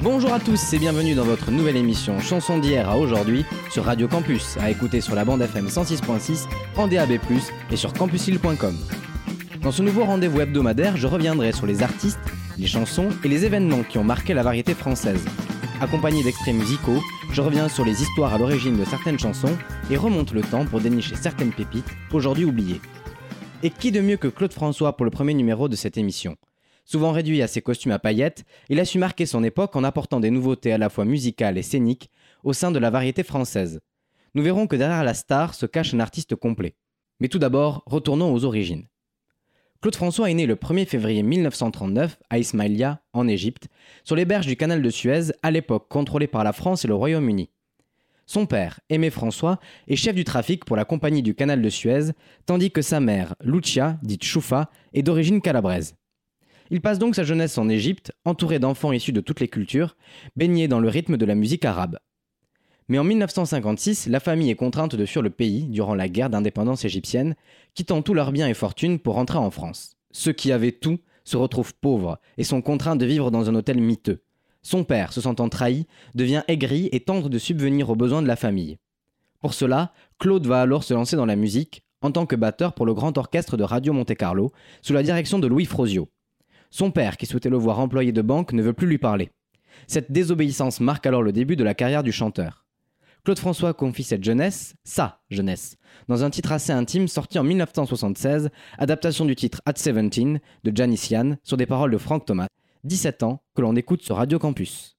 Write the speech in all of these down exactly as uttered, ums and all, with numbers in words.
Bonjour à tous et bienvenue dans votre nouvelle émission Chansons d'hier à aujourd'hui sur Radio Campus, à écouter sur la bande F M cent six point six, en D A B plus, et sur campus lille point com. Dans ce nouveau rendez-vous hebdomadaire, je reviendrai sur les artistes, les chansons et les événements qui ont marqué la variété française. Accompagné d'extraits musicaux, je reviens sur les histoires à l'origine de certaines chansons et remonte le temps pour dénicher certaines pépites aujourd'hui oubliées. Et qui de mieux que Claude François pour le premier numéro de cette émission ? Souvent réduit à ses costumes à paillettes, il a su marquer son époque en apportant des nouveautés à la fois musicales et scéniques au sein de la variété française. Nous verrons que derrière la star se cache un artiste complet. Mais tout d'abord, retournons aux origines. Claude François est né le premier février mille neuf cent trente-neuf à Ismaïlia, en Égypte, sur les berges du canal de Suez, à l'époque contrôlé par la France et le Royaume-Uni. Son père, Aimé François, est chef du trafic pour la compagnie du canal de Suez, tandis que sa mère, Lucia, dite Choufa, est d'origine calabraise. Il passe donc sa jeunesse en Égypte, entouré d'enfants issus de toutes les cultures, baigné dans le rythme de la musique arabe. Mais en mille neuf cent cinquante-six, la famille est contrainte de fuir le pays durant la guerre d'indépendance égyptienne, quittant tous leurs biens et fortunes pour rentrer en France. Ceux qui avaient tout se retrouvent pauvres et sont contraints de vivre dans un hôtel miteux. Son père, se sentant trahi, devient aigri et tente de subvenir aux besoins de la famille. Pour cela, Claude va alors se lancer dans la musique, en tant que batteur pour le Grand Orchestre de Radio Monte-Carlo, sous la direction de Louis Frozio. Son père, qui souhaitait le voir employé de banque, ne veut plus lui parler. Cette désobéissance marque alors le début de la carrière du chanteur. Claude François confie cette jeunesse, sa jeunesse, dans un titre assez intime sorti en mille neuf cent soixante-seize, adaptation du titre At dix-sept de Janis Ian, sur des paroles de Franck Thomas, dix-sept ans, que l'on écoute sur Radio Campus.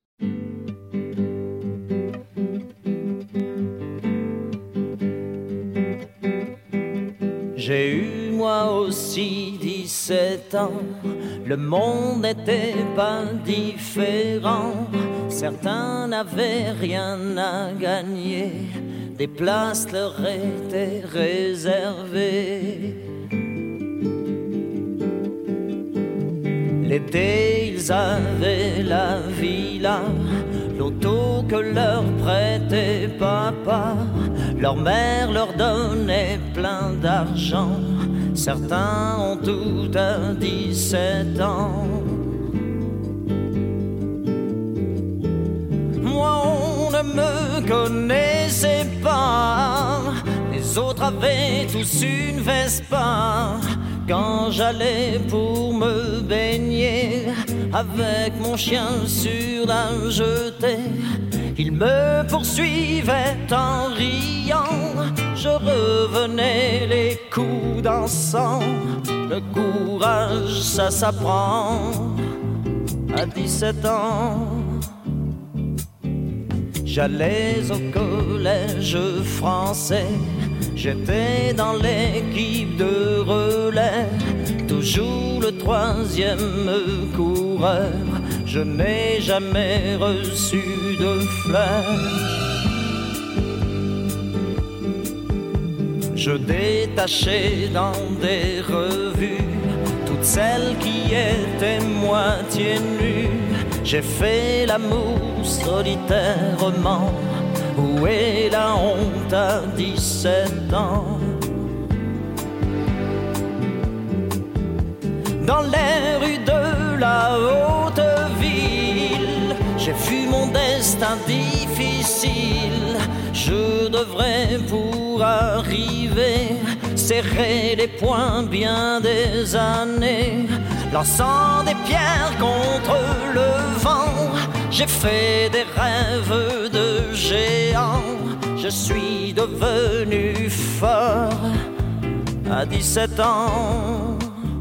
J'ai eu moi aussi dix-sept ans, le monde n'était pas différent. Certains n'avaient rien à gagner, des places leur étaient réservées. L'été, ils avaient la villa, l'auto que leur prêtait papa. Leur mère leur donnait plein d'argent. Certains ont tout à dix-sept ans. Moi, on ne me connaissait pas. Les autres avaient tous une Vespa. Quand j'allais pour me baigner avec mon chien sur la jetée, il me poursuivait en riant. Je revenais les coups dansant. Le courage, ça s'apprend à dix-sept ans. J'allais au collège français, j'étais dans l'équipe de relais, toujours le troisième coureur. Je n'ai jamais reçu de fleurs. Je détachais dans des revues toutes celles qui étaient moitié nues. J'ai fait l'amour solitairement. Où est la honte à dix-sept ans? Dans les rues de la haute ville, j'ai vu mon destin difficile. Je devrais pour arriver serrer les poings bien des années, lançant des pierres contre le vent. J'ai fait des rêves de géant. Je suis devenu fort à dix-sept ans.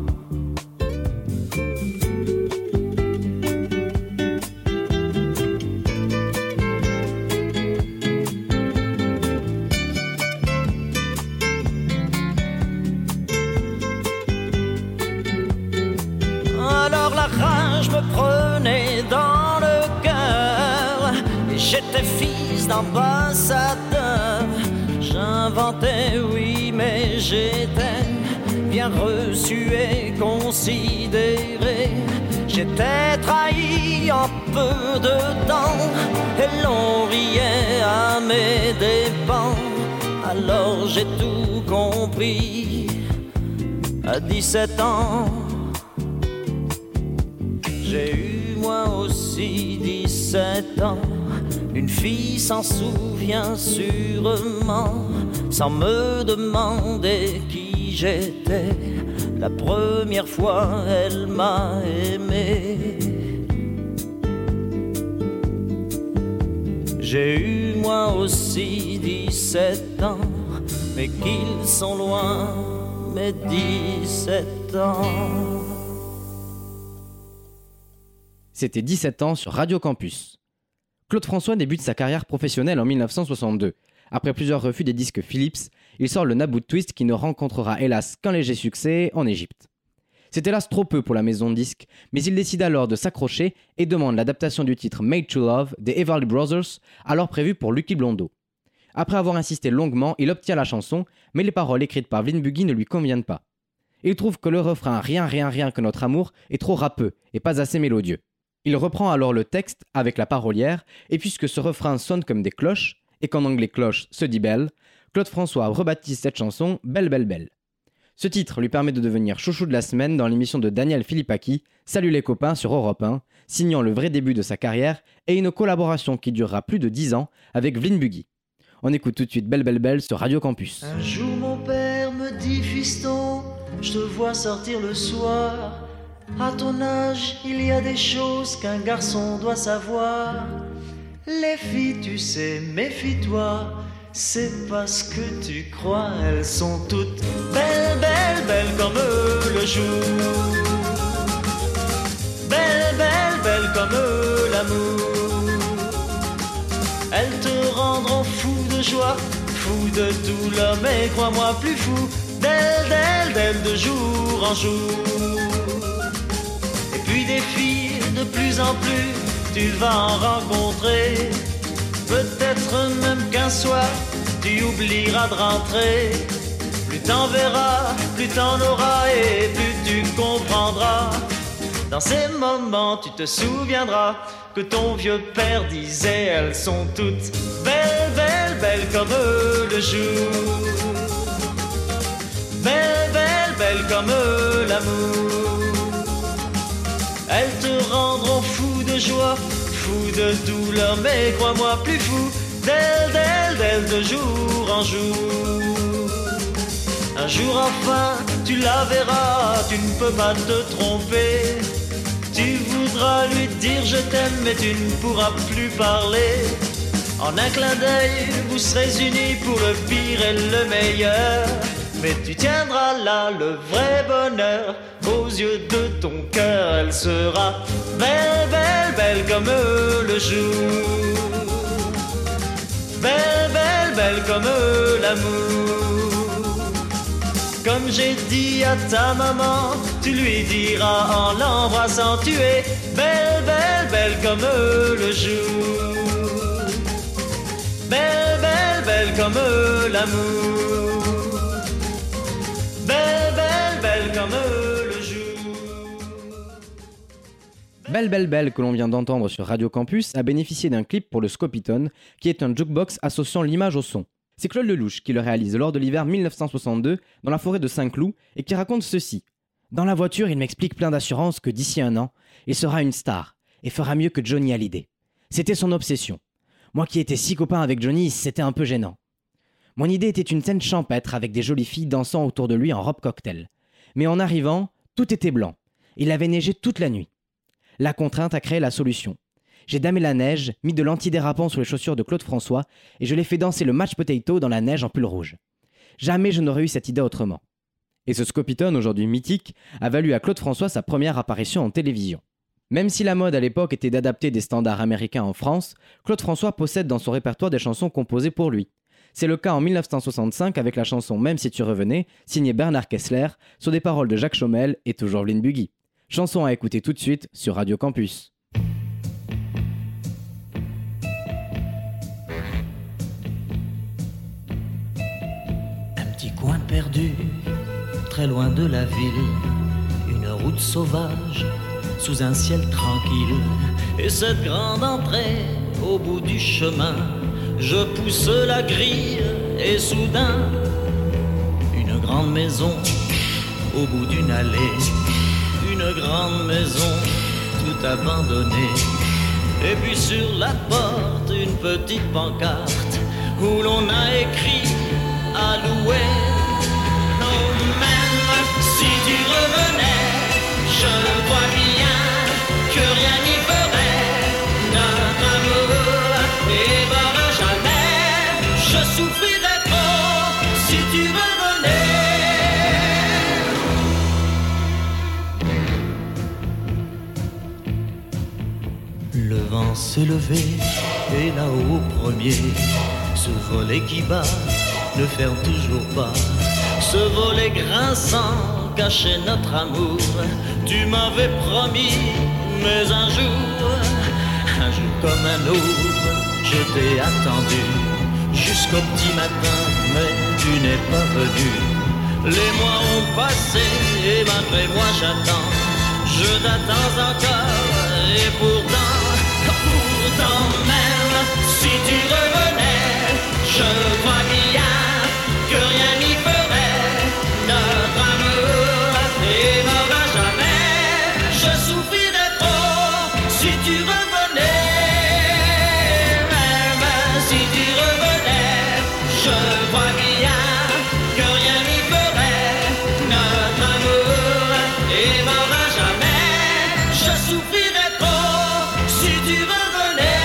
Alors la rage me prenait dans le cœur et j'étais fils d'ambassadeur. J'inventais, oui, mais j'étais bien reçu et considéré. J'étais trahi en peu de temps et l'on riait à mes dépens. Alors j'ai tout compris à dix-sept ans. J'ai eu moi aussi aussi dix-sept ans. Une fille s'en souvient sûrement, sans me demander qui j'étais. La première fois, elle m'a aimé. J'ai eu moi aussi dix-sept ans, mais qu'ils sont loin, mes dix-sept ans. C'était dix-sept ans sur Radio Campus. Claude François débute sa carrière professionnelle en dix-neuf cent soixante-deux. Après plusieurs refus des disques Philips, il sort le Naboo Twist qui ne rencontrera hélas qu'un léger succès en Égypte. C'est hélas trop peu pour la maison de disques, mais il décide alors de s'accrocher et demande l'adaptation du titre Made to Love des Everly Brothers, alors prévu pour Lucky Blondeau. Après avoir insisté longuement, il obtient la chanson, mais les paroles écrites par Vline Buggy ne lui conviennent pas. Il trouve que le refrain « Rien, rien, rien que notre amour » est trop râpeux et pas assez mélodieux. Il reprend alors le texte avec la parolière, et puisque ce refrain sonne comme des cloches, et qu'en anglais cloche se dit belle, Claude François rebaptise cette chanson Belle Belle Belle. Ce titre lui permet de devenir chouchou de la semaine dans l'émission de Daniel Philippaki, Salut les copains sur Europe un, signant le vrai début de sa carrière et une collaboration qui durera plus de dix ans avec Vline Buggy. On écoute tout de suite Belle Belle Belle sur Radio Campus. Un jour mon père me dit fiston, je te vois sortir le soir. À ton âge, il y a des choses qu'un garçon doit savoir. Les filles, tu sais, méfie-toi. C'est parce que tu crois, elles sont toutes belles, belles, belles comme le jour. Belles, belles, belles comme l'amour. Elles te rendront fou de joie, fou de douleur, mais crois-moi plus fou. D'elles, d'elles, d'elles de jour en jour. Et puis des filles de plus en plus, tu vas en rencontrer. Peut-être même qu'un soir, tu oublieras de rentrer. Plus t'en verras, plus t'en auras et plus tu comprendras. Dans ces moments, tu te souviendras que ton vieux père disait, elles sont toutes belles, belles, belles comme le jour. Belles, belles, belles comme l'amour. Elles te rendront fou de joie, fou de douleur, mais crois-moi plus fou d'elle, d'elle, d'elle de jour en jour. Un jour enfin, tu la verras, tu ne peux pas te tromper. Tu voudras lui dire je t'aime, mais tu ne pourras plus parler. En un clin d'œil, vous serez unis pour le pire et le meilleur. Mais tu tiendras là le vrai bonheur. Aux yeux de ton cœur, elle sera belle, belle, belle comme le jour. Belle, belle, belle comme l'amour. Comme j'ai dit à ta maman, tu lui diras en l'embrassant, tu es belle, belle, belle comme le jour. Belle, belle, belle comme l'amour. Belle, belle, belle comme le jour. Belle Belle Belle que l'on vient d'entendre sur Radio Campus a bénéficié d'un clip pour le Scopitone, qui est un jukebox associant l'image au son. C'est Claude Lelouch qui le réalise lors de l'hiver dix-neuf cent soixante-deux dans la forêt de Saint-Cloud et qui raconte ceci. Dans la voiture, il m'explique plein d'assurance que d'ici un an, il sera une star et fera mieux que Johnny Hallyday. C'était son obsession. Moi qui étais si copain avec Johnny, c'était un peu gênant. Mon idée était une scène champêtre avec des jolies filles dansant autour de lui en robe cocktail. Mais en arrivant, tout était blanc. Il avait neigé toute la nuit. La contrainte a créé la solution. J'ai damé la neige, mis de l'antidérapant sur les chaussures de Claude François et je l'ai fait danser le match potato dans la neige en pull rouge. Jamais je n'aurais eu cette idée autrement. Et ce Scopitone, aujourd'hui mythique, a valu à Claude François sa première apparition en télévision. Même si la mode à l'époque était d'adapter des standards américains en France, Claude François possède dans son répertoire des chansons composées pour lui. C'est le cas en dix-neuf cent soixante-cinq avec la chanson Même si tu revenais, signée Bernard Kessler, sur des paroles de Jacques Chaumel et toujours Vline Buggy. Chanson à écouter tout de suite sur Radio Campus. Coin perdu, très loin de la ville, une route sauvage, sous un ciel tranquille. Et cette grande entrée, au bout du chemin, je pousse la grille et soudain, une grande maison, au bout d'une allée, une grande maison, tout abandonnée. Et puis sur la porte, une petite pancarte où l'on a écrit Alouette. Oh, même si tu revenais, je crois bien que rien n'y ferait. Notre amour n'évoluera jamais. Je souffrirais trop si tu revenais. Le vent s'est levé et là-haut au premier, ce volet qui bat ne ferme toujours pas. Ce volet grinçant cachait notre amour. Tu m'avais promis, mais un jour, un jour comme un autre, je t'ai attendu jusqu'au petit matin, mais tu n'es pas venu. Les mois ont passé et malgré moi j'attends. Je t'attends encore et pourtant, pourtant même si tu revenais, je crois bien que rien n'y ferait. Notre amour n'évoluera jamais. Je souffrirais trop si tu revenais. Même si tu revenais, je crois bien que rien n'y ferait. Notre amour n'évoluera jamais. Je souffrirais trop si tu revenais.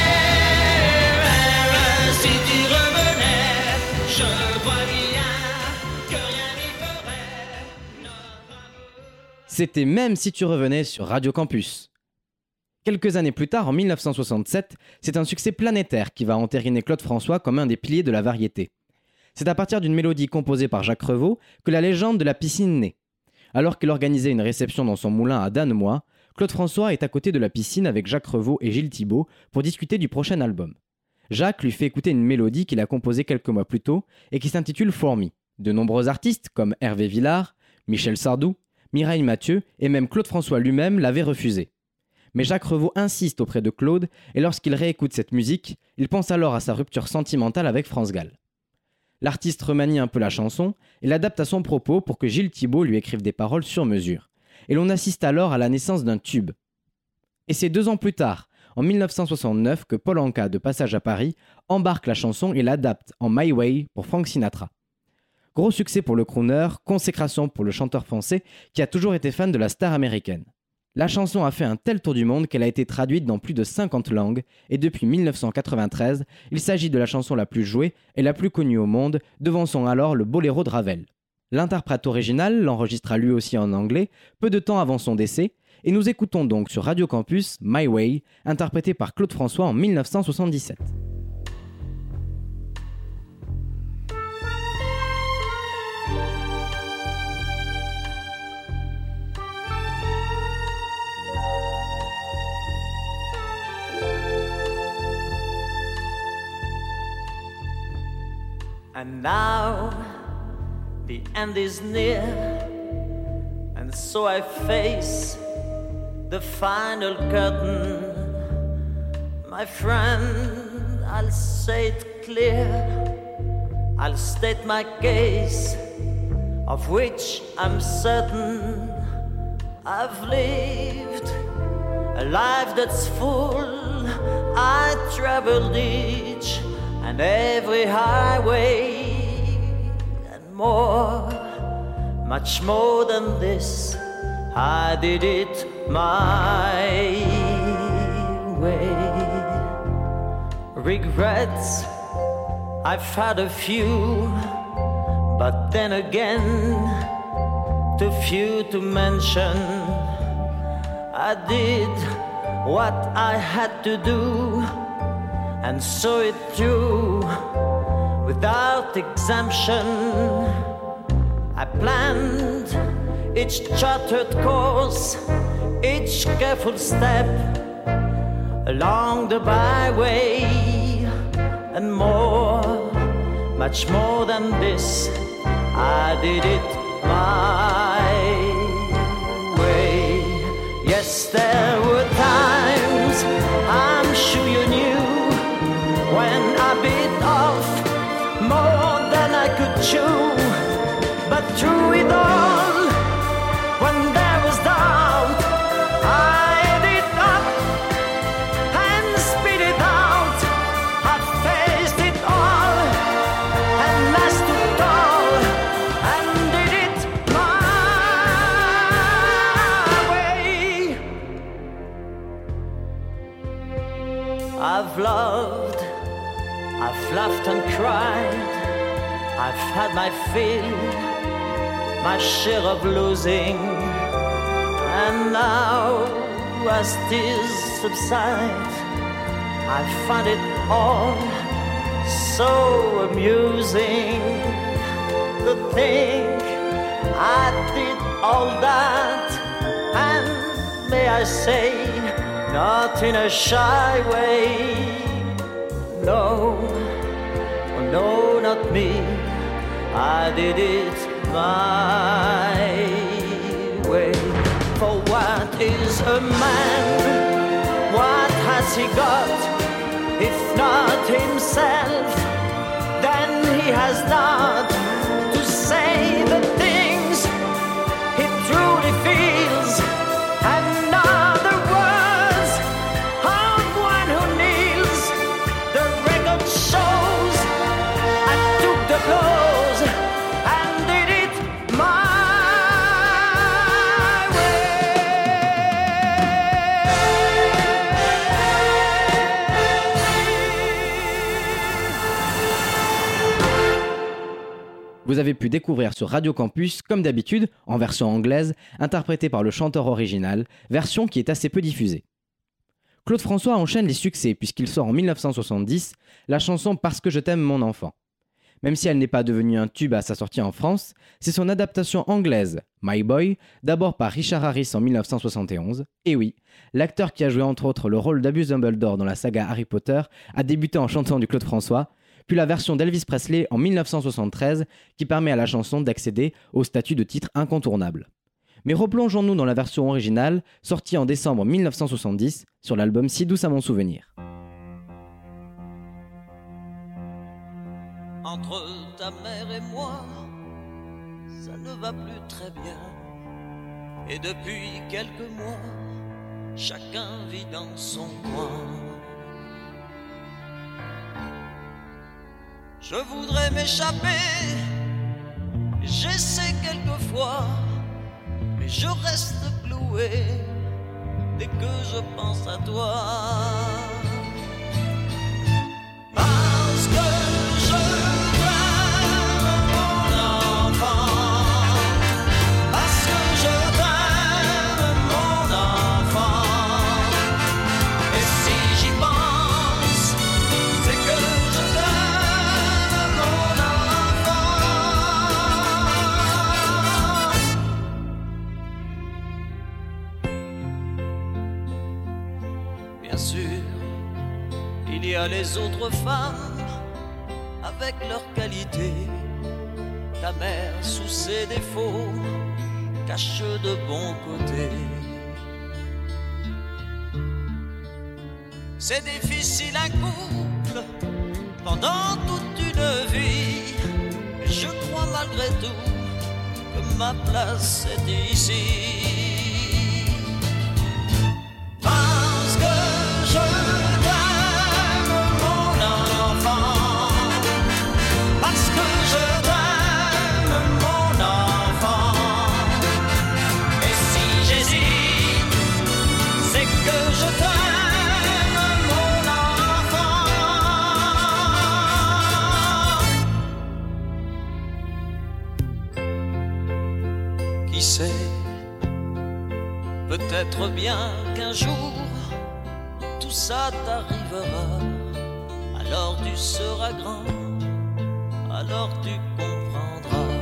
Même si tu revenais, je crois bien que rien n'y ferait. Notre amour. C'était Même si tu revenais sur Radio Campus. Quelques années plus tard, en mille neuf cent soixante-sept, c'est un succès planétaire qui va entériner Claude François comme un des piliers de la variété. C'est à partir d'une mélodie composée par Jacques Revaux que la légende de la piscine naît. Alors qu'il organisait une réception dans son moulin à Dannemois, Claude François est à côté de la piscine avec Jacques Revaux et Gilles Thibault pour discuter du prochain album. Jacques lui fait écouter une mélodie qu'il a composée quelques mois plus tôt et qui s'intitule For Me. De nombreux artistes comme Hervé Villard, Michel Sardou, Mireille Mathieu et même Claude François lui-même l'avaient refusé. Mais Jacques Revaux insiste auprès de Claude et lorsqu'il réécoute cette musique, il pense alors à sa rupture sentimentale avec France Gall. L'artiste remanie un peu la chanson et l'adapte à son propos pour que Gilles Thibault lui écrive des paroles sur mesure. Et l'on assiste alors à la naissance d'un tube. Et c'est deux ans plus tard, en mille neuf cent soixante-neuf, que Paul Anka, de passage à Paris, embarque la chanson et l'adapte en My Way pour Frank Sinatra. Gros succès pour le crooner, consécration pour le chanteur français qui a toujours été fan de la star américaine. La chanson a fait un tel tour du monde qu'elle a été traduite dans plus de cinquante langues et depuis mille neuf cent quatre-vingt-treize, il s'agit de la chanson la plus jouée et la plus connue au monde, devançant alors le Boléro de Ravel. L'interprète original l'enregistra lui aussi en anglais, peu de temps avant son décès, et nous écoutons donc sur Radio Campus My Way, interprété par Claude François en mille neuf cent soixante-dix-sept. And now the end is near, and so I face the final curtain. My friend, I'll say it clear, I'll state my case, of which I'm certain. I've lived a life that's full, I traveled each and every highway, and more, much more than this, I did it my way. Regrets, I've had a few, but then again, too few to mention. I did what I had to do, and saw it through without exemption. I planned each charted course, each careful step along the byway, and more, much more than this, I did it my way. Yes, there were times, I'm sure you knew, when I bit off more than I could chew. But through it all, when there was doubt, I did not, I I've loved, I've laughed and cried, I've had my fill, my share of losing, and now as tears subside, I find it all so amusing to think I did all that, and may I say, not in a shy way. No, no, not me. I did it my way. For what is a man? What has he got? If not himself, then he has not to say the things he truly feels. And not the words of one who kneels. The record shows I took the blows and did it my Vous avez pu découvrir sur Radio Campus, comme d'habitude, en version anglaise, interprétée par le chanteur original, version qui est assez peu diffusée. Claude François enchaîne les succès puisqu'il sort en mille neuf cent soixante-dix la chanson « Parce que je t'aime mon enfant ». Même si elle n'est pas devenue un tube à sa sortie en France, c'est son adaptation anglaise, My Boy, d'abord par Richard Harris en mille neuf cent soixante et onze. Et oui, l'acteur qui a joué entre autres le rôle d'Albus Dumbledore dans la saga Harry Potter a débuté en chantant du Claude François, puis la version d'Elvis Presley en mille neuf cent soixante-treize qui permet à la chanson d'accéder au statut de titre incontournable. Mais replongeons-nous dans la version originale, sortie en décembre mille neuf cent soixante-dix sur l'album Si douce à mon souvenir. Entre ta mère et moi, ça ne va plus très bien. Et depuis quelques mois, chacun vit dans son coin. Je voudrais m'échapper, j'essaie quelquefois, mais je reste cloué dès que je pense à toi. Parce que je t'aime mon enfant, parce que je t'aime mon enfant, et si j'y pense, c'est que je t'aime mon enfant. Bien sûr, il y a les autres femmes avec leurs qualités. Ta mère sous ses défauts cache de bons côtés. C'est difficile un couple pendant toute une vie. Et je crois malgré tout que ma place est ici. Parce que je t'aime mon enfant, parce que je t'aime mon enfant, et si j'hésite, c'est que je t'aime mon enfant. Qui sait, peut-être bien qu'un jour tout ça t'arrivera, alors tu seras grand, alors tu comprendras.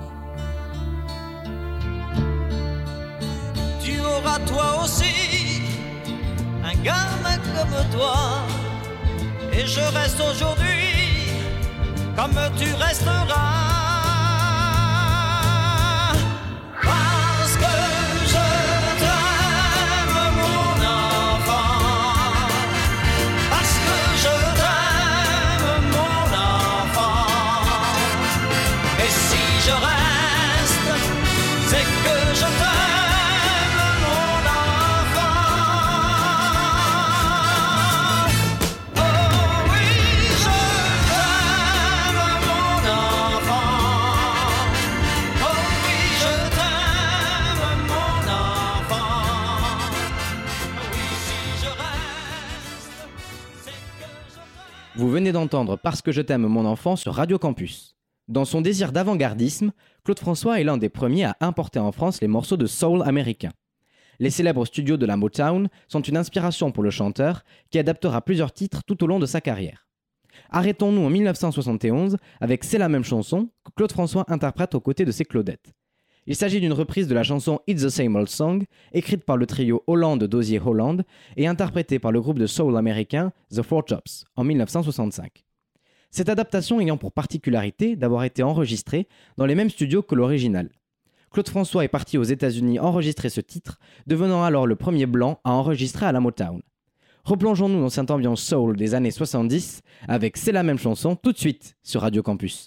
Tu auras toi aussi un gamin comme toi, et je reste aujourd'hui comme tu resteras. Parce que je t'aime mon enfant, parce que je t'aime mon enfant, et si je reste, c'est que je t'aime mon enfant. Oh oui, je t'aime mon enfant. Vous venez d'entendre Parce que je t'aime mon enfant sur Radio Campus. Dans son désir d'avant-gardisme, Claude François est l'un des premiers à importer en France les morceaux de soul américains. Les célèbres studios de la Motown sont une inspiration pour le chanteur qui adaptera plusieurs titres tout au long de sa carrière. Arrêtons-nous en dix-neuf cent soixante et onze avec C'est la même chanson que Claude François interprète aux côtés de ses Claudettes. Il s'agit d'une reprise de la chanson It's the Same Old Song, écrite par le trio Holland Dozier Holland et interprétée par le groupe de soul américain The Four Tops en dix-neuf cent soixante-cinq. Cette adaptation ayant pour particularité d'avoir été enregistrée dans les mêmes studios que l'original. Claude François est parti aux États-Unis enregistrer ce titre, devenant alors le premier blanc à enregistrer à la Motown. Replongeons-nous dans cette ambiance soul des années soixante-dix avec C'est la même chanson tout de suite sur Radio Campus.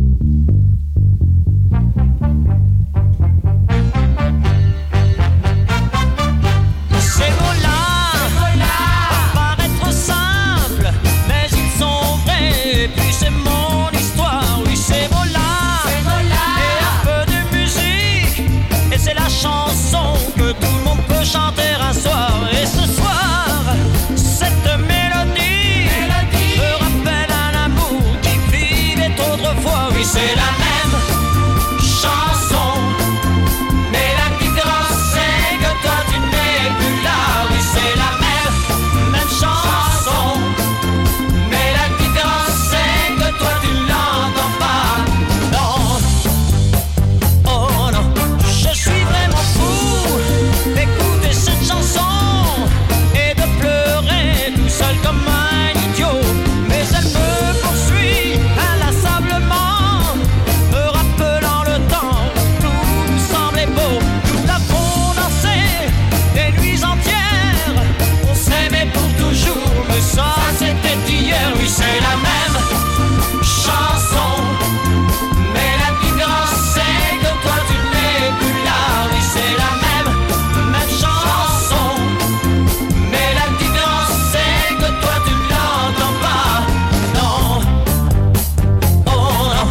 Ces mots-là paraître simples, mais ils sont vrais, et puis c'est mon histoire. Oui, ces mots-là, et un peu de musique, et c'est la chanson que tout le monde peut chanter un soir. Et ce soir, cette mélodie, mélodie. me rappelle un amour qui vivait autrefois. Oui, c'est la même chanson, mais la différence c'est que toi tu n'es plus là. Oui, c'est la même, même chanson, mais la différence c'est que toi tu l'entends pas. Non, oh non, je suis vraiment fou d'écouter cette chanson et de pleurer tout seul comme un idiot. Mais elle me poursuit inlassablement, me rappelant le temps où tout nous semblait beau. Nous l'avons dansé des nuits entières, on s'aimait pour toujours, mais ça c'était hier. Oui, c'est la même chanson, mais la différence c'est que toi tu n'es plus là. Oui, c'est la même, même chanson, mais la différence c'est que toi tu l'entends pas. Non, oh non.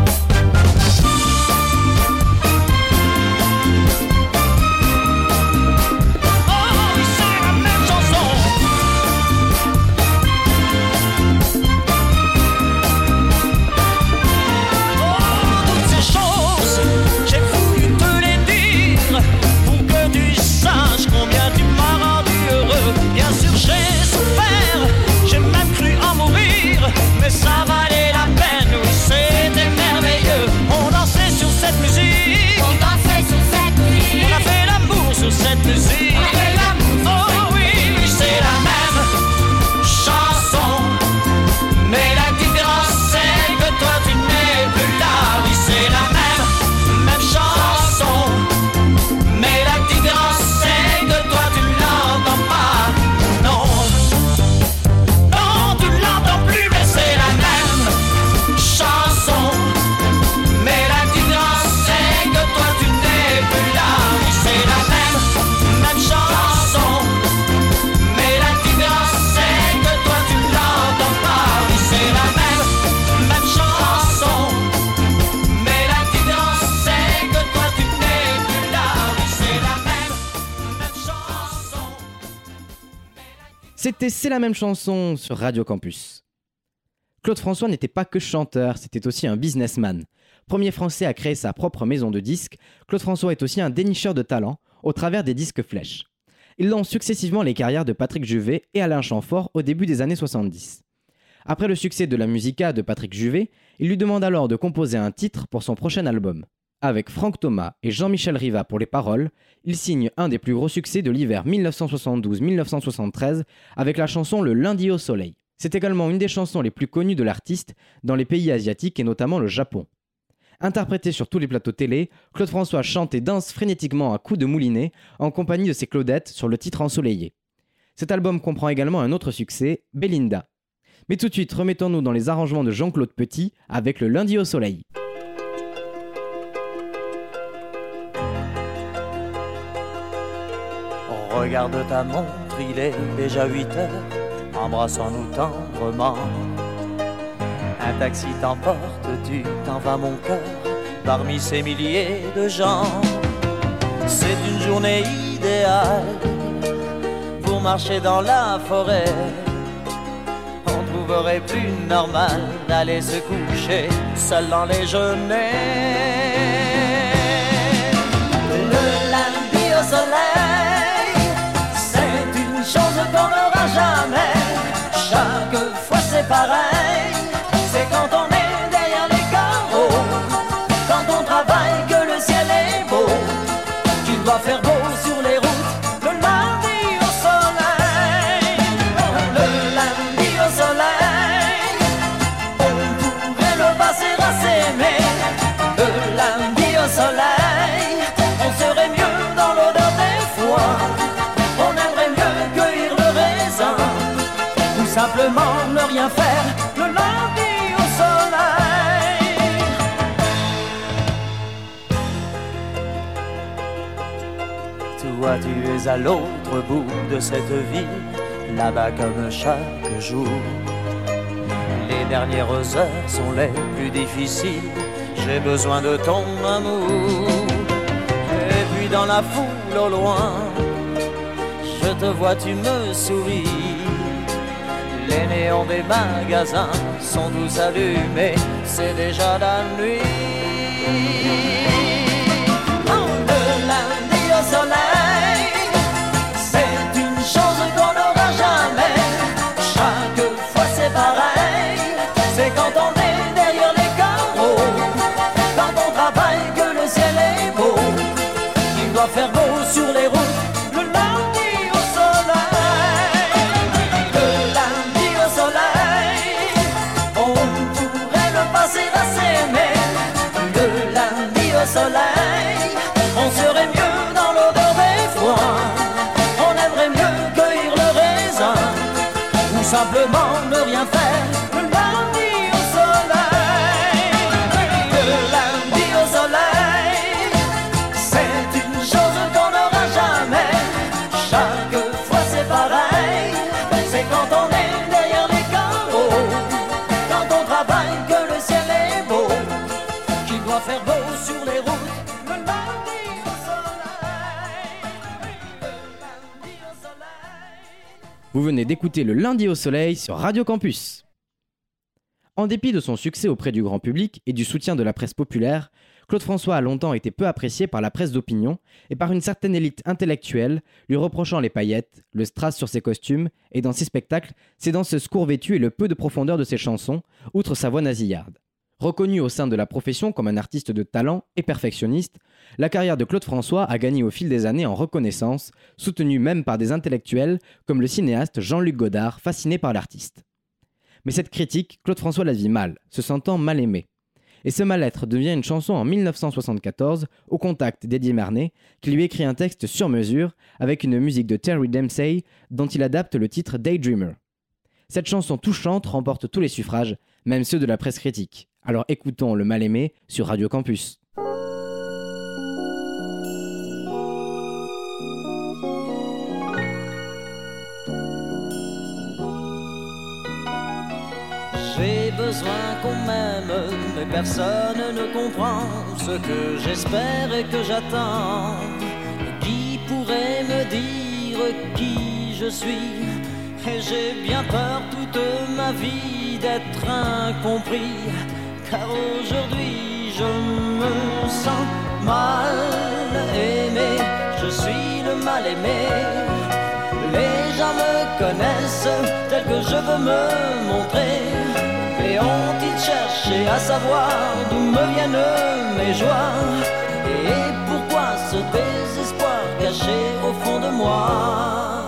Oh oui, c'est la même chanson. Oh, toutes ces choses, j'ai voulu te les dire pour que tu saches combien tu m'as rendu heureux. Bien sûr j'ai souffert, j'ai même cru en mourir, mais ça valait la peine. Oui, c'était merveilleux. On dansait sur cette musique, on dansait sur cette musique, on a fait l'amour sur cette musique, on a fait l'amour. Oh oui, oui, c'est la même chanson, mais la différence c'est que toi tu n'es plus là. Oui, c'est la même, même chanson, mais la différence c'est que toi tu l'entends pas. Non, non, tu l'entends plus, mais c'est la même chanson, mais la différence c'est que toi tu n'es plus là. Oui, c'est la même, même chanson, mais la différence c'est que toi tu l'entends pas. Oui, c'est la même, même chanson, mais la différence c'est que toi tu n'es plus là. Oui, c'est la même, même chanson. C'était C'est la même chanson sur Radio Campus. Claude François n'était pas que chanteur, c'était aussi un businessman. Premier français à créer sa propre maison de disques, Claude François est aussi un dénicheur de talent au travers des disques Flèche. Il lance successivement les carrières de Patrick Juvet et Alain Chamfort au début des années soixante-dix. Après le succès de la Musica de Patrick Juvet, il lui demande alors de composer un titre pour son prochain album. Avec Franck Thomas et Jean-Michel Riva pour les paroles, il signe un des plus gros succès de l'hiver dix-neuf cent soixante-douze dix-neuf cent soixante-treize avec la chanson Le lundi au soleil. C'est également une des chansons les plus connues de l'artiste dans les pays asiatiques et notamment le Japon. Interprété sur tous les plateaux télé, Claude François chante et danse frénétiquement à coups de moulinet en compagnie de ses Claudettes sur le titre Ensoleillé. Cet album comprend également un autre succès, Belinda. Mais tout de suite, remettons-nous dans les arrangements de Jean-Claude Petit avec Le lundi au soleil. Regarde ta montre, il est déjà huit heures, embrassons-nous tendrement. Un taxi t'emporte, tu t'en vas mon cœur, parmi ces milliers de gens. C'est une journée idéale pour marcher dans la forêt. On trouve trouverait plus normal d'aller se coucher seul dans les genêts. Le lundi au soleil, c'est une chose qu'on n'aura jamais. Chaque fois c'est pareil, c'est quand on est derrière les carreaux, quand on travaille que le ciel est beau. Tu dois faire beau sur les routes le lundi au soleil. Le lundi au soleil, on pourrait le passer à s'aimer. Le lundi au soleil, on serait mieux dans l'odeur des foins. On aimerait mieux cueillir le raisin, ou simplement ne rien faire le lundi au soleil. Toi tu es à l'autre bout de cette vie, là-bas comme chaque jour. Les dernières heures sont les plus difficiles, j'ai besoin de ton amour. Et puis dans la foule au loin, je te vois, tu me souris. Les néons des magasins sont tous allumés, c'est déjà la nuit. Oh, le lundi au soleil, c'est une chose qu'on n'aura jamais. Chaque fois c'est pareil, c'est quand on est derrière les carreaux, quand on travaille que le ciel est beau. Il doit faire beau sur les routes le lundi au soleil. Le lundi au soleil, on pourrait le passer à s'aimer. Le lundi au soleil, on serait mieux dans l'odeur des foins. On aimerait mieux cueillir le raisin, ou simplement ne rien faire le lundi au soleil. Le lundi au soleil, c'est une chose qu'on n'aura jamais. Chaque fois c'est pareil, c'est quand on est derrière les carreaux, quand on travaille que le ciel est beau, qu'il doit faire beau sur les routes le lundi au soleil. Le lundi au soleil. Vous venez d'écouter le Lundi au soleil sur Radio Campus. En dépit de son succès auprès du grand public et du soutien de la presse populaire, Claude François a longtemps été peu apprécié par la presse d'opinion et par une certaine élite intellectuelle, lui reprochant les paillettes, le strass sur ses costumes et dans ses spectacles, ses danses court vêtues et le peu de profondeur de ses chansons, outre sa voix nasillarde. Reconnu au sein de la profession comme un artiste de talent et perfectionniste, la carrière de Claude François a gagné au fil des années en reconnaissance, soutenue même par des intellectuels comme le cinéaste Jean-Luc Godard, fasciné par l'artiste. Mais cette critique, Claude François la vit mal, se sentant mal aimé. Et ce mal-être devient une chanson en mille neuf cent soixante-quatorze, au contact d'Eddie Marnet, qui lui écrit un texte sur mesure avec une musique de Terry Dempsey dont il adapte le titre Daydreamer. Cette chanson touchante remporte tous les suffrages, même ceux de la presse critique. Alors écoutons le mal-aimé sur Radio Campus. J'ai besoin qu'on m'aime, mais personne ne comprend ce que j'espère et que j'attends. Qui pourrait me dire qui je suis? Et j'ai bien peur toute ma vie d'être incompris, car aujourd'hui je me sens mal aimé. Je suis le mal aimé. Les gens me connaissent tel que je veux me montrer. Et ont-ils cherché à savoir d'où me viennent mes joies? Et pourquoi ce désespoir caché au fond de moi?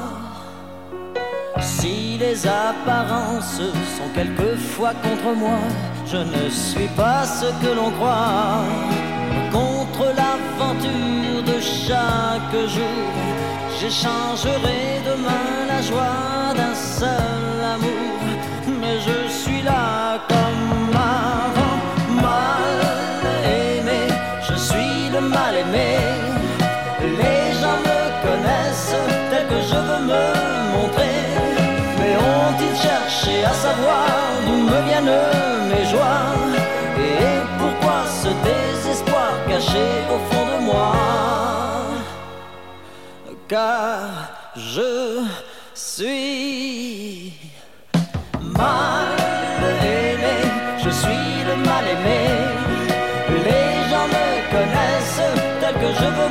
Si les apparences sont quelquefois contre moi, je ne suis pas ce que l'on croit. Contre l'aventure de chaque jour, j'échangerai demain la joie d'un seul amour. Mais je suis là comme avant, mal aimé. Je suis le mal aimé. Les gens me connaissent tel que je veux me montrer. Mais ont-ils cherché à savoir d'où me viennent mes joies? Et pourquoi ce désespoir caché au fond de moi? Car je suis mal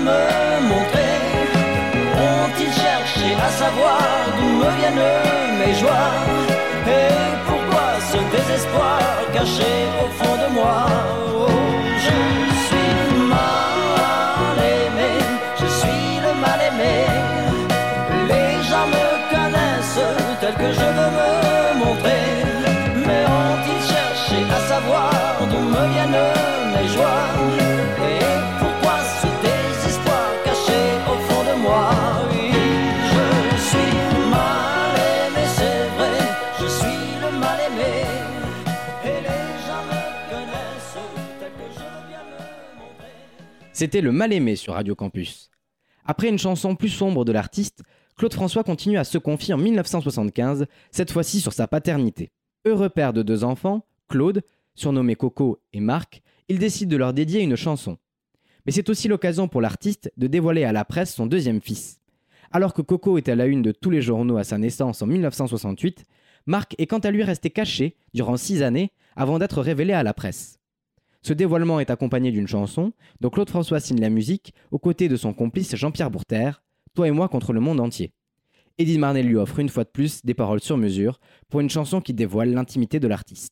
me montrer? Ont-ils cherché à savoir d'où me viennent mes joies? Et pourquoi ce désespoir caché au fond de moi? Oh, je suis mal aimé, je suis le mal aimé. Les gens me connaissent tel que je veux me montrer. Mais ont-ils cherché à savoir d'où me viennent mes joies? Et pourquoi ce désespoir caché au fond de moi? Oui, je suis mal aimé, c'est vrai, je suis le mal aimé. Et les gens me connaissent tel que je veux bien me montrer. C'était le mal aimé sur Radio Campus. Après une chanson plus sombre de l'artiste, Claude François continue à se confier en dix-neuf cent soixante-quinze, cette fois-ci sur sa paternité. Heureux père de deux enfants, Claude, surnommé Coco et Marc, il décide de leur dédier une chanson. Mais c'est aussi l'occasion pour l'artiste de dévoiler à la presse son deuxième fils. Alors que Coco est à la une de tous les journaux à sa naissance en dix-neuf cent soixante-huit, Marc est quant à lui resté caché durant six années avant d'être révélé à la presse. Ce dévoilement est accompagné d'une chanson dont Claude François signe la musique aux côtés de son complice Jean-Pierre Bourtère, Toi et moi contre le monde entier. Edith Marnel lui offre une fois de plus des paroles sur mesure pour une chanson qui dévoile l'intimité de l'artiste.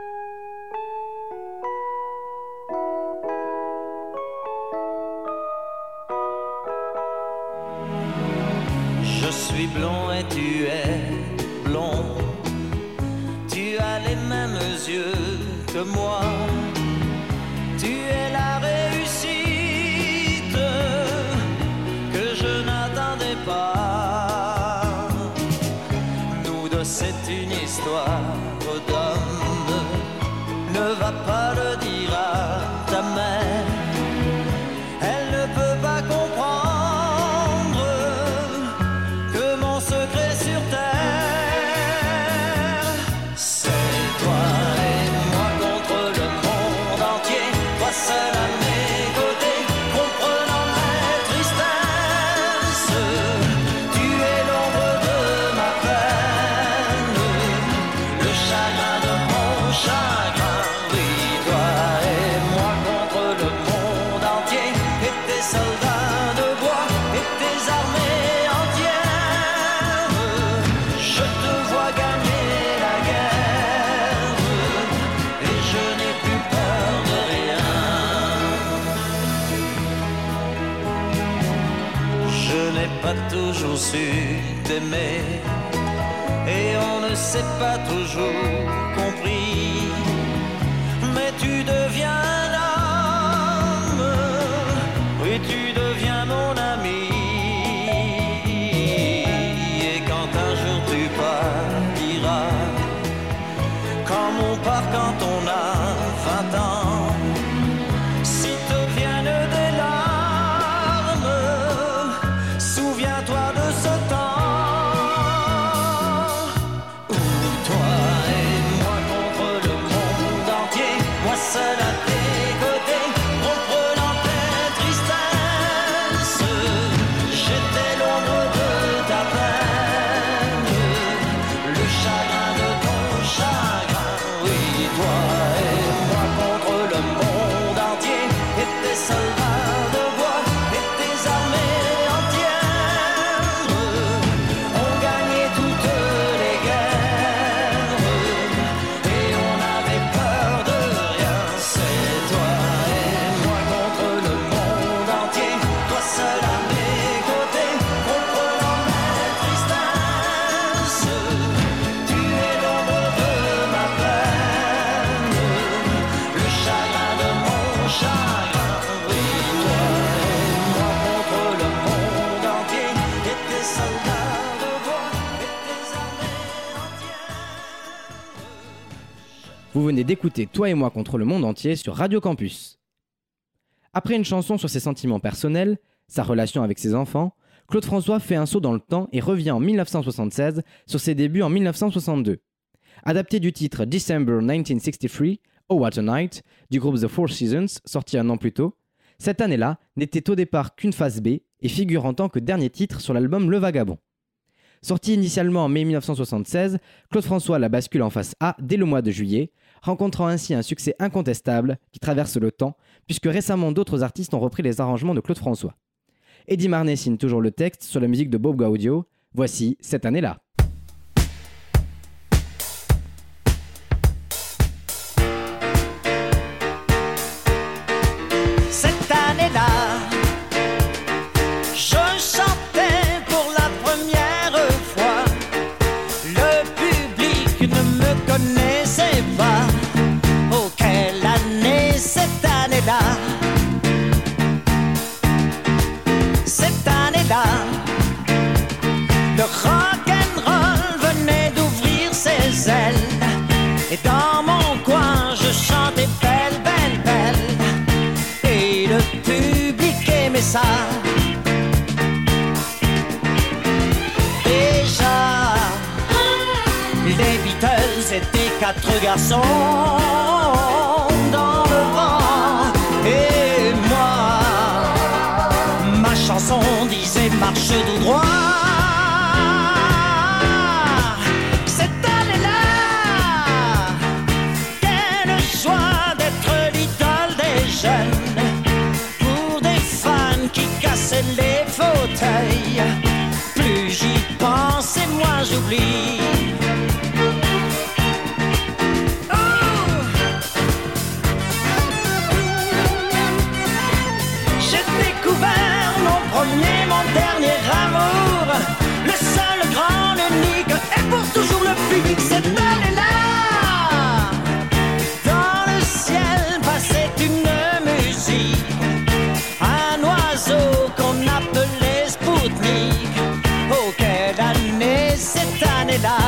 Je suis blond et tu es blond. Tu as les mêmes yeux que moi. Tu es la réussite que je n'attendais pas. Nous deux, c'est une histoire d'homme. Ne va pas le dire à ta mère. Elle ne peut pas comprendre que mon secret sur terre, c'est toi et moi contre le monde entier. Toi seul à mes côtés, comprenant mes tristesses. Tu es l'ombre de ma peine, le chagrin de mon chagrin. Oui, toi et moi contre le monde entier, et tes soldats de bois, et tes armées entières. Je te vois gagner la guerre, et je n'ai plus peur de rien. Je n'ai pas toujours su t'aimer, et on ne s'est pas toujours compris. Mais tu deviens l'homme, oui tu deviens mon ami. Et quand un jour tu partiras, comme on part quand on a vingt ans, si te viennent des larmes, souviens-toi de ce temps où toi et moi contre le monde entier, moi seul à tes côtés, comprenant tes tristesses. J'étais l'ombre de ta peine, le chagrin de ton chagrin. Oui, toi et moi contre le monde entier, et tes soldats de bois, et tes armées entières. On gagnait toutes les guerres, et on n'avait peur de rien. C'est toi et moi contre le monde entier, toi seul à mes côtés, comprenant mes tristesses. Tu es l'ombre de ma peine, le chagrin de mon chagrin. Oui, toi et moi contre le monde entier, et tes soldats de bois, et tes armées entières. Vous venez d'écouter Toi et moi contre le monde entier sur Radio Campus. Après une chanson sur ses sentiments personnels, sa relation avec ses enfants, Claude François fait un saut dans le temps et revient en dix-neuf cent soixante-seize sur ses débuts en dix-neuf cent soixante-deux. Adapté du titre December dix-neuf cent soixante-treize, Oh What a Night, du groupe The Four Seasons, sorti un an plus tôt, cette année-là n'était au départ qu'une phase B et figure en tant que dernier titre sur l'album Le Vagabond. Sorti initialement en mai dix-neuf cent soixante-seize, Claude François la bascule en face A dès le mois de juillet, rencontrant ainsi un succès incontestable qui traverse le temps, puisque récemment d'autres artistes ont repris les arrangements de Claude François. Eddie Marnay signe toujours le texte sur la musique de Bob Gaudio. Voici Cette année-là. Cette année-là, je chantais pour la première fois. Le public ne me connaissait pas. Oh, quelle année, cette année-là. Cette année-là, le rock'n'roll venait d'ouvrir ses ailes. Et dans mon coin, je chantais belle, belle, belle. Et le public aimait ça. Déjà, les Beatles étaient quatre garçons dans le vent. Et moi, ma chanson disait marche tout droit. Cette année-là, quelle joie d'être l'idole des jeunes. Pour des fans qui cassaient les fauteuils. Plus j'y pense et moins j'oublie. Premier, mon dernier amour, le seul grand, l'unique, et pour toujours le public. Cette année-là, dans le ciel passait une musique, un oiseau qu'on appelait Spoutnik. Oh, quelle année, cette année-là.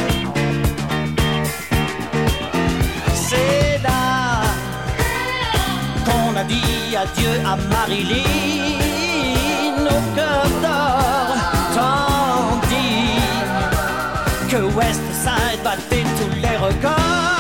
C'est là qu'on a dit adieu à Marilyn. Au cœur d'or, tandis que West Side battait tous les records.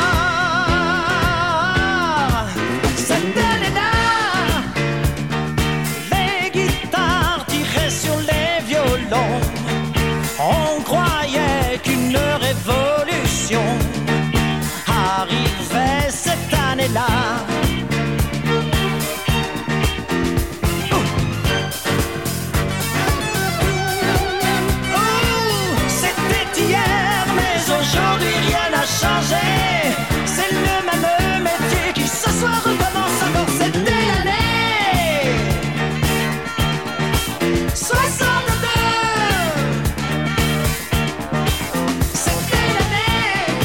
Cette année-là, les guitares tiraient sur les violons. On croyait qu'une révolution arrivait cette année-là. Aujourd'hui rien n'a changé, c'est le même métier qui ce soir recommence encore. C'était l'année soixante-deux. C'était l'année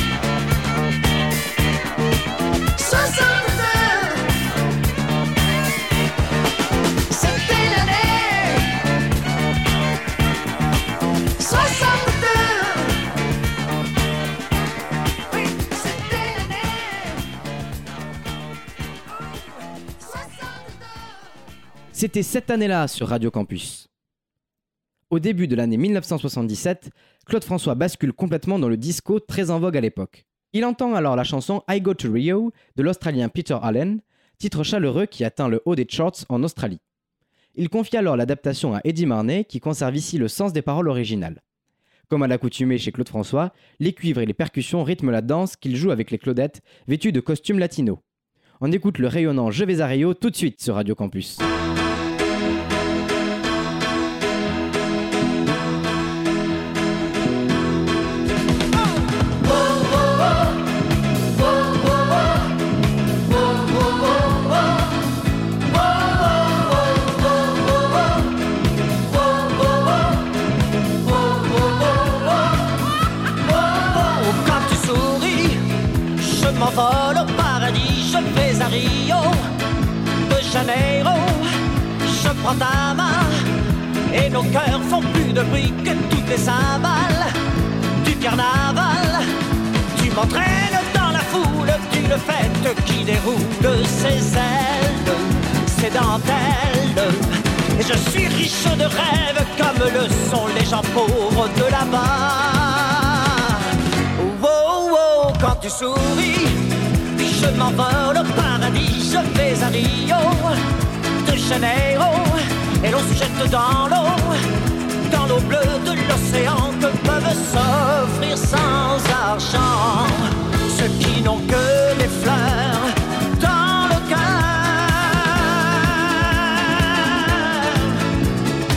soixante-deux. C'était l'année soixante-deux. C'était cette année-là sur Radio Campus. Au début de l'année mille neuf cent soixante-dix-sept, Claude François bascule complètement dans le disco très en vogue à l'époque. Il entend alors la chanson I Go to Rio de l'Australien Peter Allen, titre chaleureux qui atteint le haut des charts en Australie. Il confie alors l'adaptation à Eddie Marnay qui conserve ici le sens des paroles originales. Comme à l'accoutumée chez Claude François, les cuivres et les percussions rythment la danse qu'il joue avec les Claudettes vêtues de costumes latinos. On écoute le rayonnant Je vais à Rio tout de suite sur Radio Campus. Je m'envole au paradis, je vais à Rio de Janeiro. Je prends ta main et nos cœurs font plus de bruit que toutes les cymbales du carnaval. Tu m'entraînes dans la foule d'une fête qui déroule ses ailes, ses dentelles. Et je suis riche de rêves comme le sont les gens pauvres de là-bas. Oh, oh, quand tu souris, je m'envole au paradis, je vais à Rio de Janeiro. Et l'on se jette dans l'eau, dans l'eau bleue de l'océan, que peuvent s'offrir sans argent ceux qui n'ont que des fleurs dans le cœur.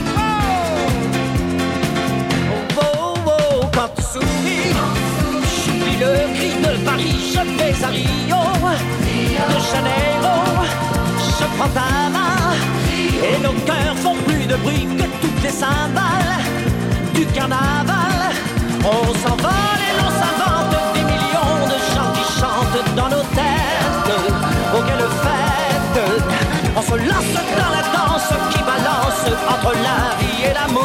prends ta main et nos cœurs font plus de bruit que toutes les cymbales du carnaval. On s'envole et l'on s'invente des millions de gens qui chantent dans nos têtes. Oh quelle fête! On se lance dans la danse qui balance entre la vie et l'amour.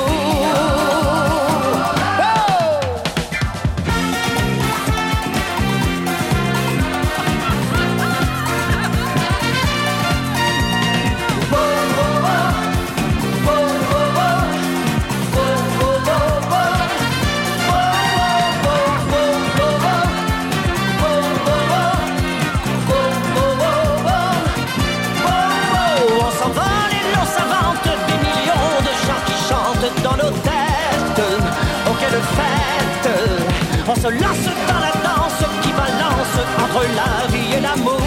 Dans nos têtes, oh quelle fête! On se lance dans la danse qui balance entre la vie et l'amour.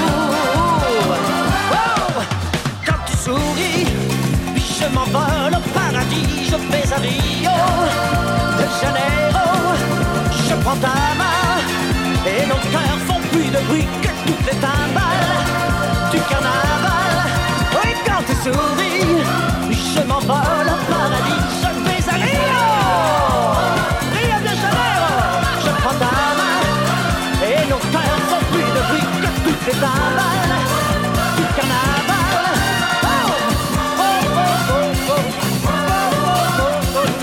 Oh, quand tu souris, je m'envole au paradis, je vais à Rio de Janeiro. Je prends ta main et nos cœurs font plus de bruit que toutes les timbales du carnaval. Oui, quand tu souris, je m'envole au paradis, je vais à Rio, Rio de Janeiro. Je prends ta main et nos cœurs font plus de bruit que toutes les timbales du carnaval. Oh, oh, oh, oh, oh, oh, oh, oh, oh.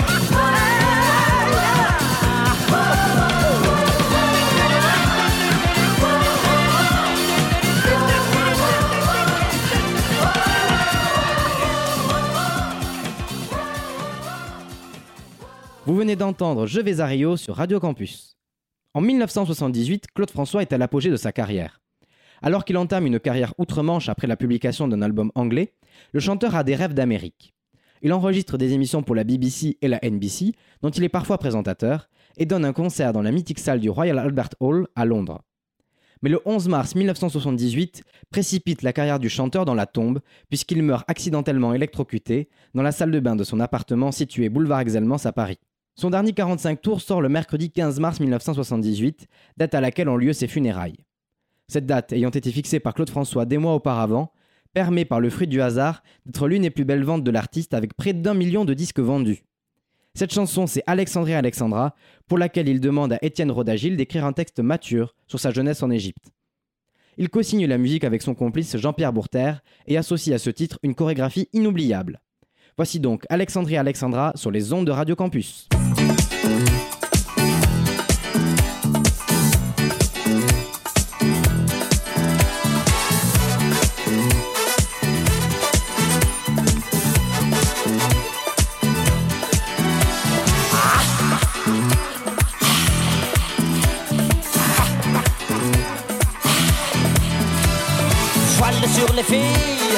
Vous venez d'entendre Je vais à Rio sur Radio Campus. En mille neuf cent soixante-dix-huit, Claude François est à l'apogée de sa carrière. Alors qu'il entame une carrière outre-Manche après la publication d'un album anglais, le chanteur a des rêves d'Amérique. Il enregistre des émissions pour la B B C et la N B C, dont il est parfois présentateur, et donne un concert dans la mythique salle du Royal Albert Hall à Londres. Mais le onze mars mille neuf cent soixante-dix-huit précipite la carrière du chanteur dans la tombe, puisqu'il meurt accidentellement électrocuté dans la salle de bain de son appartement situé boulevard Exelmans à Paris. Son dernier quarante-cinq tours sort le mercredi quinze mars mille neuf cent soixante-dix-huit, date à laquelle ont lieu ses funérailles. Cette date ayant été fixée par Claude François des mois auparavant, permet par le fruit du hasard d'être l'une des plus belles ventes de l'artiste avec près d'un million de disques vendus. Cette chanson, c'est Alexandrie Alexandra, pour laquelle il demande à Étienne Rodagil d'écrire un texte mature sur sa jeunesse en Égypte. Il co-signe la musique avec son complice Jean-Pierre Bourter et associe à ce titre une chorégraphie inoubliable. Voici donc Alexandrie Alexandra sur les ondes de Radio Campus. Voile sur les filles,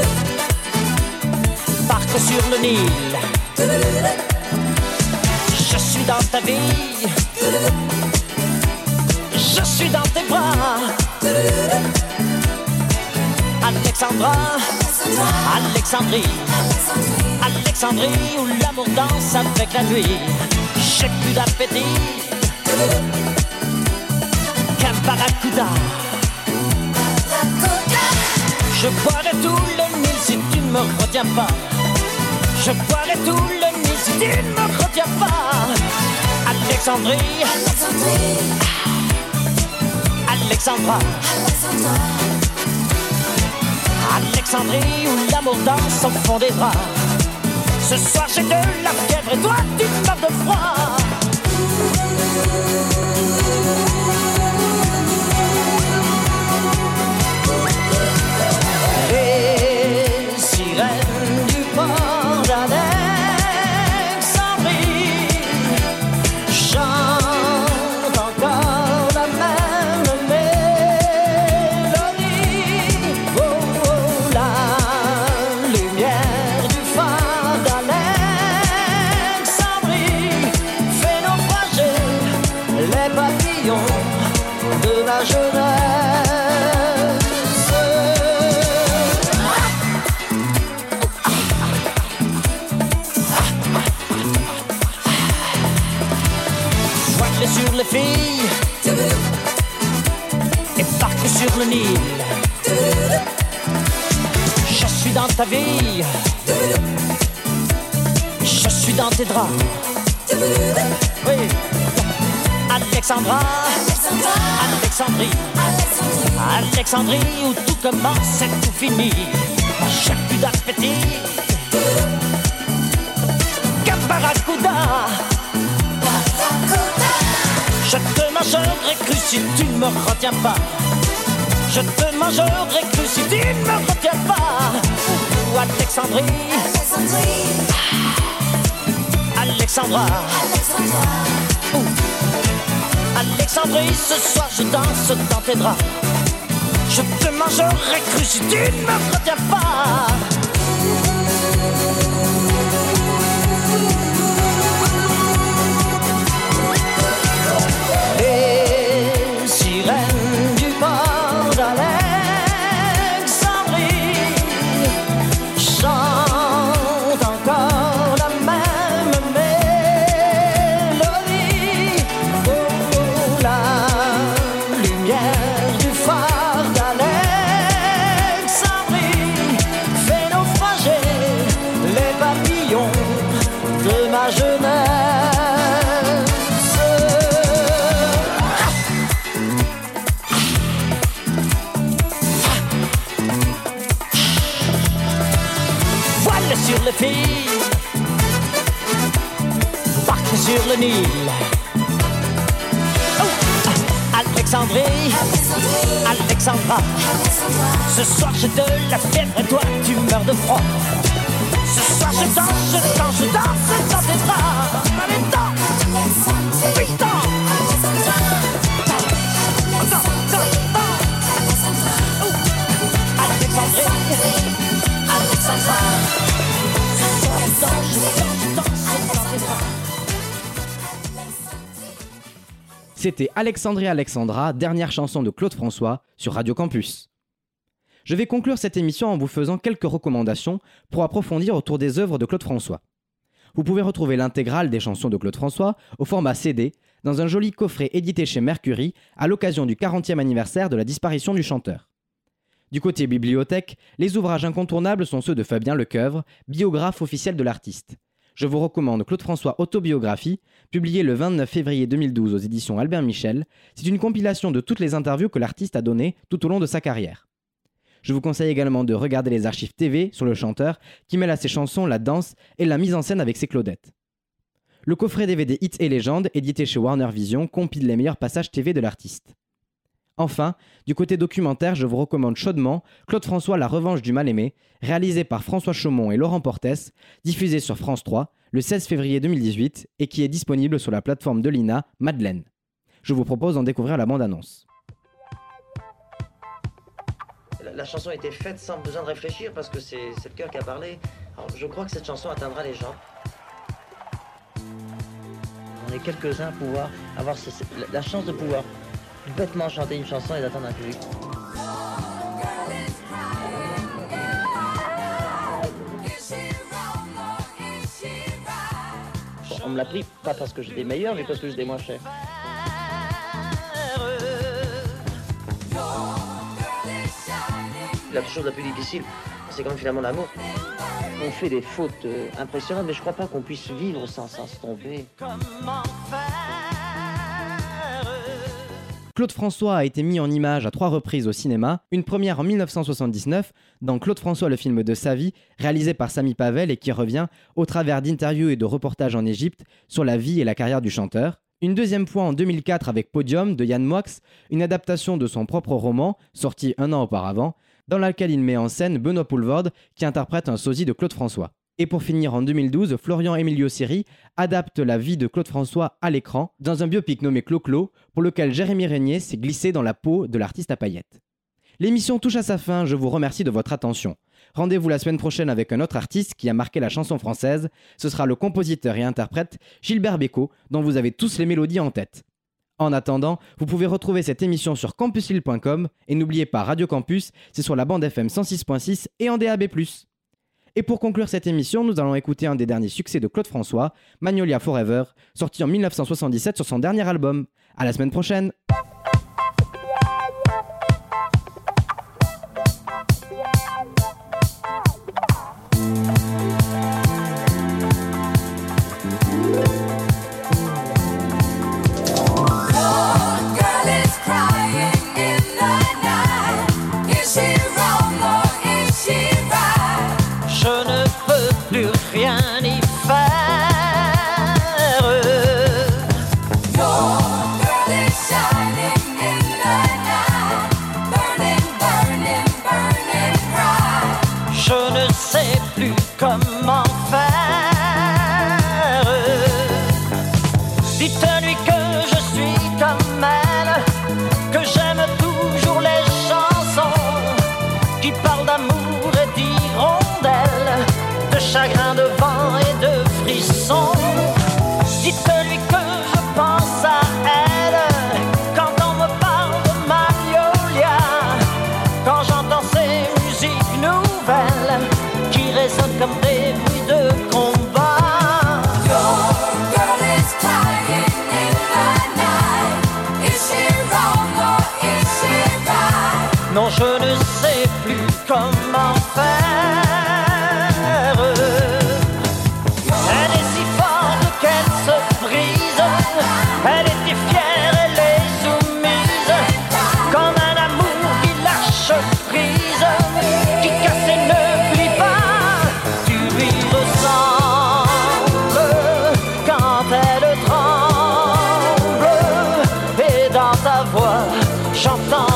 barque sur le Nil. Je suis dans ta vie, je suis dans tes bras. Alexandra, Alexandrie, Alexandrie où l'amour danse avec la nuit. J'ai plus d'appétit qu'un barracuda. Je boirai tout le Nil si tu ne me retiens pas. Je boirai tout le Nil si tu ne me retiens pas. Alexandrie, Alexandra, Alexandrie où l'amour danse au fond des draps. Ce soir j'ai de la fièvre et toi tu meurs de froid. Les sirènes du port d'Alexandrie chantent encore la même mélodie. Oh, oh, la lumière du phare d'Alexandrie fait naufrager les papillons de la jeunesse. Sur les filles et barque sur le Nil. ta vie. Je suis dans tes draps. Oui. Alexandra, Alexandrie, Alexandrie où tout commence et tout finit. J'ai plus d'appétit. Caparacuda. Je te mangerai cru si tu ne me retiens pas. Je te mangerai cru si tu ne me retiens pas. Ou Alexandrie, Alexandra, Ouh. Alexandrie, ce soir je danse dans tes draps. Je te mangerai cru si tu ne me retiens pas. Les sirènes du port d'Alexandrie chantent encore la même mélodie. Oh, la lumière du phare d'Alexandrie fait naufrager les papillons de ma jeunesse. Sur le fil, barque sur le Nil. Oh, Alexandrie, Alexandra. Ce soir j'ai de la fièvre et toi tu meurs de froid. Ce soir je danse, je danse, je danse dans tes bras. Allez, danse, putain. Alexandrie, Alexandra. C'était Alexandrie Alexandra, dernière chanson de Claude François sur Radio Campus. Je vais conclure cette émission en vous faisant quelques recommandations pour approfondir autour des œuvres de Claude François. Vous pouvez retrouver l'intégrale des chansons de Claude François au format C D dans un joli coffret édité chez Mercury à l'occasion du quarantième anniversaire de la disparition du chanteur. Du côté bibliothèque, les ouvrages incontournables sont ceux de Fabien Lecoeuvre, biographe officiel de l'artiste. Je vous recommande Claude François Autobiographie, publié le vingt-neuf février deux mille douze aux éditions Albert Michel. C'est une compilation de toutes les interviews que l'artiste a données tout au long de sa carrière. Je vous conseille également de regarder les archives T V sur le chanteur qui mêle à ses chansons la danse et la mise en scène avec ses Claudettes. Le coffret D V D Hits et légendes, édité chez Warner Vision, compile les meilleurs passages T V de l'artiste. Enfin, du côté documentaire, je vous recommande chaudement Claude François La Revanche du Mal-Aimé, réalisé par François Chaumont et Laurent Portès, diffusé sur France trois le seize février deux mille dix-huit et qui est disponible sur la plateforme de l'I N A Madeleine. Je vous propose d'en découvrir la bande-annonce. La, la chanson a été faite sans besoin de réfléchir parce que c'est, c'est le cœur qui a parlé. Alors, je crois que cette chanson atteindra les gens. On est quelques-uns à pouvoir avoir ce, la, la chance de pouvoir bêtement chanter une chanson et d'attendre un public. On me l'a pris pas parce que j'étais meilleur, mais parce que j'étais moins cher. La chose la plus difficile, c'est quand même finalement l'amour. On fait des fautes euh, impressionnantes, mais je crois pas qu'on puisse vivre sans, sans se tromper. Claude François a été mis en image à trois reprises au cinéma, une première en mille neuf cent soixante-dix-neuf dans Claude François, le film de sa vie, réalisé par Samy Pavel et qui revient au travers d'interviews et de reportages en Égypte sur la vie et la carrière du chanteur. Une deuxième fois en deux mille quatre avec Podium de Yann Moix, une adaptation de son propre roman, sorti un an auparavant, dans laquelle il met en scène Benoît Poelvoorde qui interprète un sosie de Claude François. Et pour finir, en deux mille douze, Florian Emilio Siri adapte la vie de Claude François à l'écran dans un biopic nommé Clo-Clo, pour lequel Jérémy Régnier s'est glissé dans la peau de l'artiste à paillettes. L'émission touche à sa fin, je vous remercie de votre attention. Rendez-vous la semaine prochaine avec un autre artiste qui a marqué la chanson française, ce sera le compositeur et interprète Gilbert Bécaud, dont vous avez tous les mélodies en tête. En attendant, vous pouvez retrouver cette émission sur campus lille point com et n'oubliez pas Radio Campus, c'est sur la bande F M cent six point six et en D A B plus. Et pour conclure cette émission, nous allons écouter un des derniers succès de Claude François, Magnolia Forever, sorti en mille neuf cent soixante-dix-sept sur son dernier album. À la semaine prochaine! Non, je ne sais plus comment faire. Elle est si forte qu'elle se brise. Elle était fière, elle est soumise, comme un amour qui lâche prise, qui casse et ne plie pas. Tu lui ressembles quand elle tremble, et dans ta voix j'entends